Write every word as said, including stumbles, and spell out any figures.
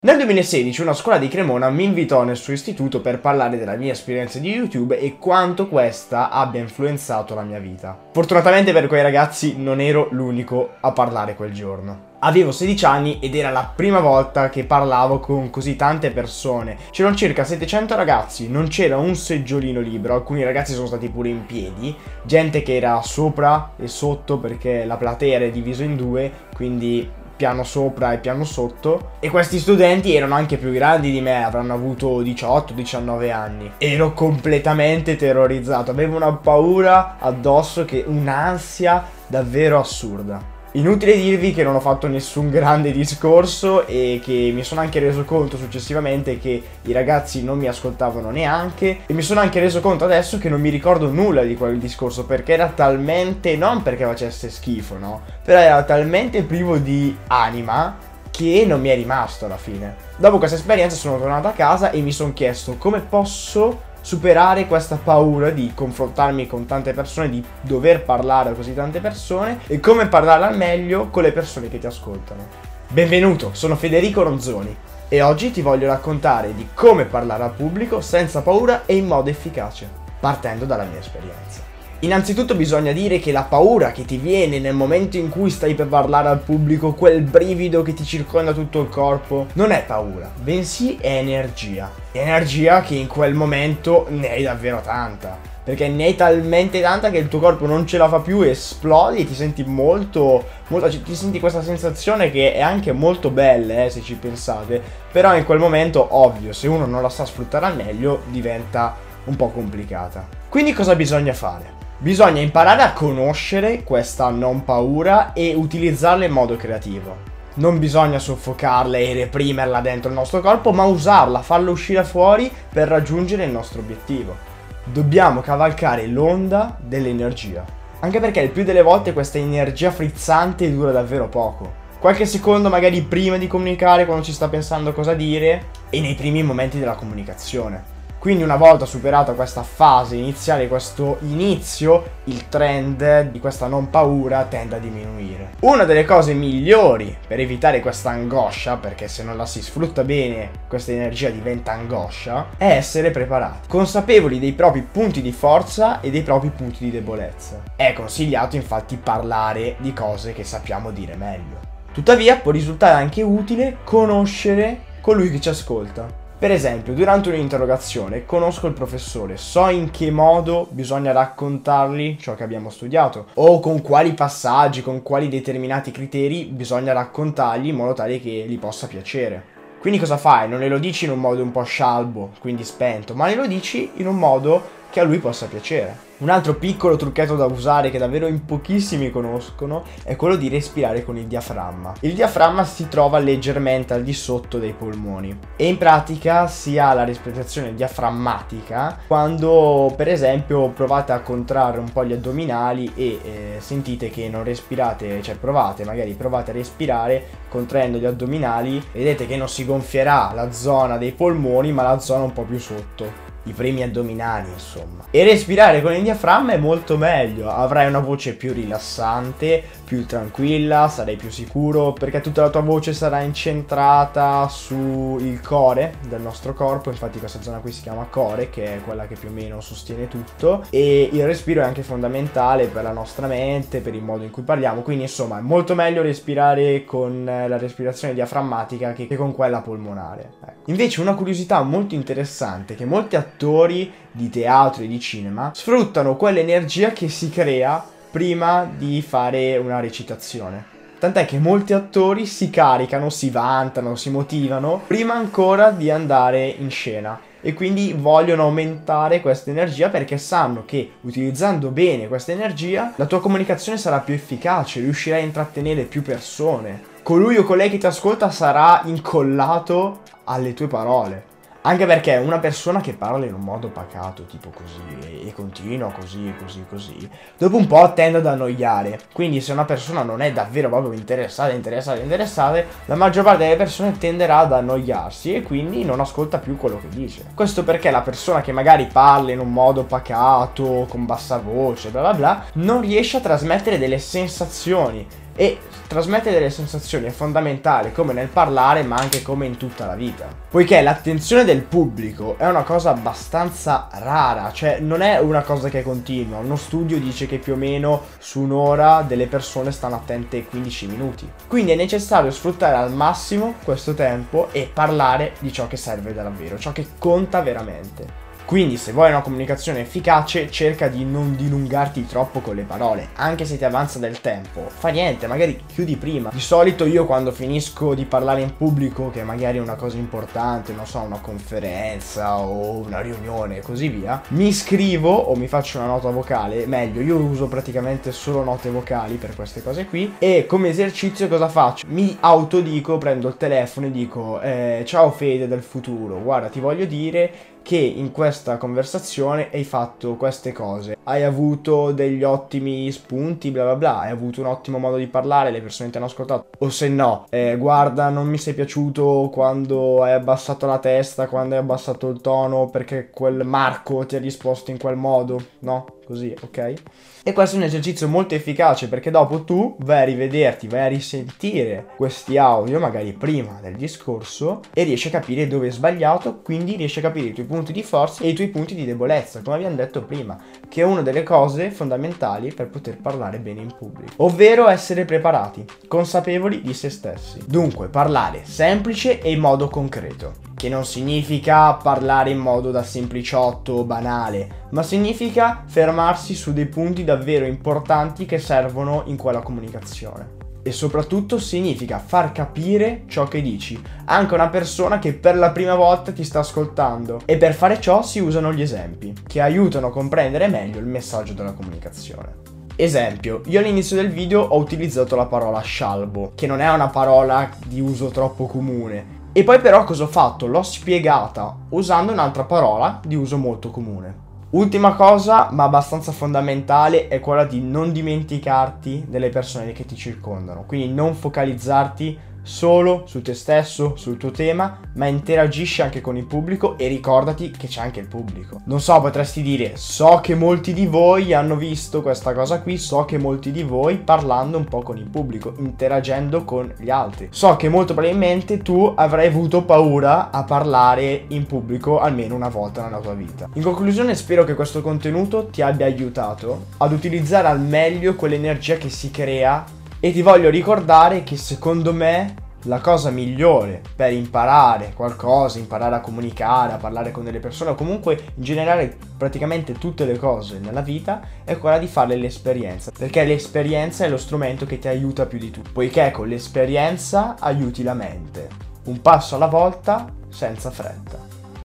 Nel duemilasedici una scuola di Cremona mi invitò nel suo istituto per parlare della mia esperienza di YouTube e quanto questa abbia influenzato la mia vita. Fortunatamente per quei ragazzi non ero l'unico a parlare quel giorno. Avevo sedici anni ed era la prima volta che parlavo con così tante persone. C'erano circa settecento ragazzi, non c'era un seggiolino libero, alcuni ragazzi sono stati pure in piedi, gente che era sopra e sotto perché la platea era divisa in due, quindi piano sopra e piano sotto, e questi studenti erano anche più grandi di me, avranno avuto diciotto diciannove anni. Ero completamente terrorizzato, avevo una paura addosso, che un'ansia davvero assurda. Inutile dirvi che non ho fatto nessun grande discorso e che mi sono anche reso conto successivamente che i ragazzi non mi ascoltavano neanche, e mi sono anche reso conto adesso che non mi ricordo nulla di quel discorso perché era talmente, non perché facesse schifo, no, però era talmente privo di anima che non mi è rimasto alla fine. Dopo questa esperienza sono tornato a casa e mi sono chiesto come posso superare questa paura di confrontarmi con tante persone, di dover parlare a così tante persone, e come parlare al meglio con le persone che ti ascoltano. Benvenuto, sono Federico Ronzoni e oggi ti voglio raccontare di come parlare al pubblico senza paura e in modo efficace, partendo dalla mia esperienza. Innanzitutto bisogna dire che la paura che ti viene nel momento in cui stai per parlare al pubblico, quel brivido che ti circonda tutto il corpo, non è paura, bensì è energia. Energia che in quel momento ne hai davvero tanta, perché ne hai talmente tanta che il tuo corpo non ce la fa più, esplodi e ti senti molto, molto ti senti questa sensazione che è anche molto bella, eh, se ci pensate, però in quel momento, ovvio, se uno non la sa sfruttare al meglio, diventa un po' complicata. Quindi cosa bisogna fare? Bisogna imparare a conoscere questa non paura e utilizzarla in modo creativo. Non bisogna soffocarla e reprimerla dentro il nostro corpo, ma usarla, farla uscire fuori per raggiungere il nostro obiettivo. Dobbiamo cavalcare l'onda dell'energia. Anche perché il più delle volte questa energia frizzante dura davvero poco. Qualche secondo magari prima di comunicare, quando ci sta pensando cosa dire, e nei primi momenti della comunicazione. Quindi una volta superata questa fase iniziale, questo inizio, il trend di questa non paura tende a diminuire. Una delle cose migliori per evitare questa angoscia, perché se non la si sfrutta bene questa energia diventa angoscia, è essere preparati, consapevoli dei propri punti di forza e dei propri punti di debolezza. È consigliato infatti parlare di cose che sappiamo dire meglio. Tuttavia può risultare anche utile conoscere colui che ci ascolta. Per esempio, durante un'interrogazione conosco il professore, so in che modo bisogna raccontargli ciò che abbiamo studiato, o con quali passaggi, con quali determinati criteri bisogna raccontargli in modo tale che gli possa piacere. Quindi cosa fai? Non glielo dici in un modo un po' scialbo, quindi spento, ma glielo dici in un modo che a lui possa piacere. Un altro piccolo trucchetto da usare che davvero in pochissimi conoscono è quello di respirare con il diaframma. Il diaframma si trova leggermente al di sotto dei polmoni e in pratica si ha la respirazione diaframmatica quando per esempio provate a contrarre un po' gli addominali e eh, sentite che non respirate, cioè provate, magari provate a respirare contraendo gli addominali, vedete che non si gonfierà la zona dei polmoni ma la zona un po' più sotto. I primi addominali, insomma. E respirare con il diaframma è molto meglio, avrai una voce più rilassante, più tranquilla, sarai più sicuro perché tutta la tua voce sarà incentrata sul core del nostro corpo. Infatti questa zona qui si chiama core, che è quella che più o meno sostiene tutto, e il respiro è anche fondamentale per la nostra mente, per il modo in cui parliamo, quindi insomma è molto meglio respirare con la respirazione diaframmatica che con quella polmonare. Ecco. Invece una curiosità molto interessante che molti attori di teatro e di cinema sfruttano quell'energia che si crea prima di fare una recitazione. Tant'è che molti attori si caricano, si vantano, si motivano prima ancora di andare in scena e quindi vogliono aumentare questa energia perché sanno che utilizzando bene questa energia la tua comunicazione sarà più efficace, riuscirai a intrattenere più persone. Colui o colei che ti ascolta sarà incollato alle tue parole. Anche perché una persona che parla in un modo pacato, tipo così, e continua così, così, così, dopo un po' tende ad annoiare. Quindi se una persona non è davvero proprio interessata, interessata, interessata, la maggior parte delle persone tenderà ad annoiarsi e quindi non ascolta più quello che dice. Questo perché la persona che magari parla in un modo pacato, con bassa voce, bla bla bla, non riesce a trasmettere delle sensazioni E trasmettere delle sensazioni è fondamentale, come nel parlare ma anche come in tutta la vita, poiché l'attenzione del pubblico è una cosa abbastanza rara, cioè non è una cosa che continua. Uno studio dice che più o meno su un'ora delle persone stanno attente quindici minuti, quindi è necessario sfruttare al massimo questo tempo e parlare di ciò che serve davvero, ciò che conta veramente. Quindi se vuoi una comunicazione efficace, cerca di non dilungarti troppo con le parole, anche se ti avanza del tempo. Fa niente, magari chiudi prima. Di solito io quando finisco di parlare in pubblico, che magari è una cosa importante, non so, una conferenza o una riunione e così via, mi scrivo o mi faccio una nota vocale, meglio, io uso praticamente solo note vocali per queste cose qui, e come esercizio cosa faccio? Mi autodico, prendo il telefono e dico eh, ciao Fede del futuro, guarda, ti voglio dire che in questa conversazione hai fatto queste cose, hai avuto degli ottimi spunti, bla bla bla, hai avuto un ottimo modo di parlare, le persone ti hanno ascoltato, o se no, eh, guarda, non mi sei piaciuto quando hai abbassato la testa, quando hai abbassato il tono perché quel Marco ti ha risposto in quel modo, no? Così, ok? E questo è un esercizio molto efficace, perché dopo tu vai a rivederti, vai a risentire questi audio magari prima del discorso e riesci a capire dove hai sbagliato, quindi riesci a capire i tuoi punti di forza e i tuoi punti di debolezza, come abbiamo detto prima, che è una delle cose fondamentali per poter parlare bene in pubblico, ovvero essere preparati, consapevoli di se stessi. Dunque, parlare semplice e in modo concreto, che non significa parlare in modo da sempliciotto o banale, ma significa fermarsi su dei punti davvero importanti che servono in quella comunicazione. E soprattutto significa far capire ciò che dici anche a una persona che per la prima volta ti sta ascoltando. E per fare ciò si usano gli esempi, che aiutano a comprendere meglio il messaggio della comunicazione. Esempio, io all'inizio del video ho utilizzato la parola scialbo, che non è una parola di uso troppo comune. E poi però cosa ho fatto? L'ho spiegata usando un'altra parola di uso molto comune. Ultima cosa, ma abbastanza fondamentale, è quella di non dimenticarti delle persone che ti circondano. Quindi non focalizzarti solo su te stesso, sul tuo tema, ma interagisci anche con il pubblico e ricordati che c'è anche il pubblico. Non so, potresti dire, so che molti di voi hanno visto questa cosa qui, so che molti di voi parlando un po' con il pubblico, interagendo con gli altri. So che molto probabilmente tu avrai avuto paura a parlare in pubblico almeno una volta nella tua vita. In conclusione, spero che questo contenuto ti abbia aiutato ad utilizzare al meglio quell'energia che si crea. E ti voglio ricordare che secondo me la cosa migliore per imparare qualcosa, imparare a comunicare, a parlare con delle persone o comunque in generale praticamente tutte le cose nella vita è quella di fare l'esperienza, perché l'esperienza è lo strumento che ti aiuta più di tutto, poiché con l'esperienza aiuti la mente, un passo alla volta senza fretta.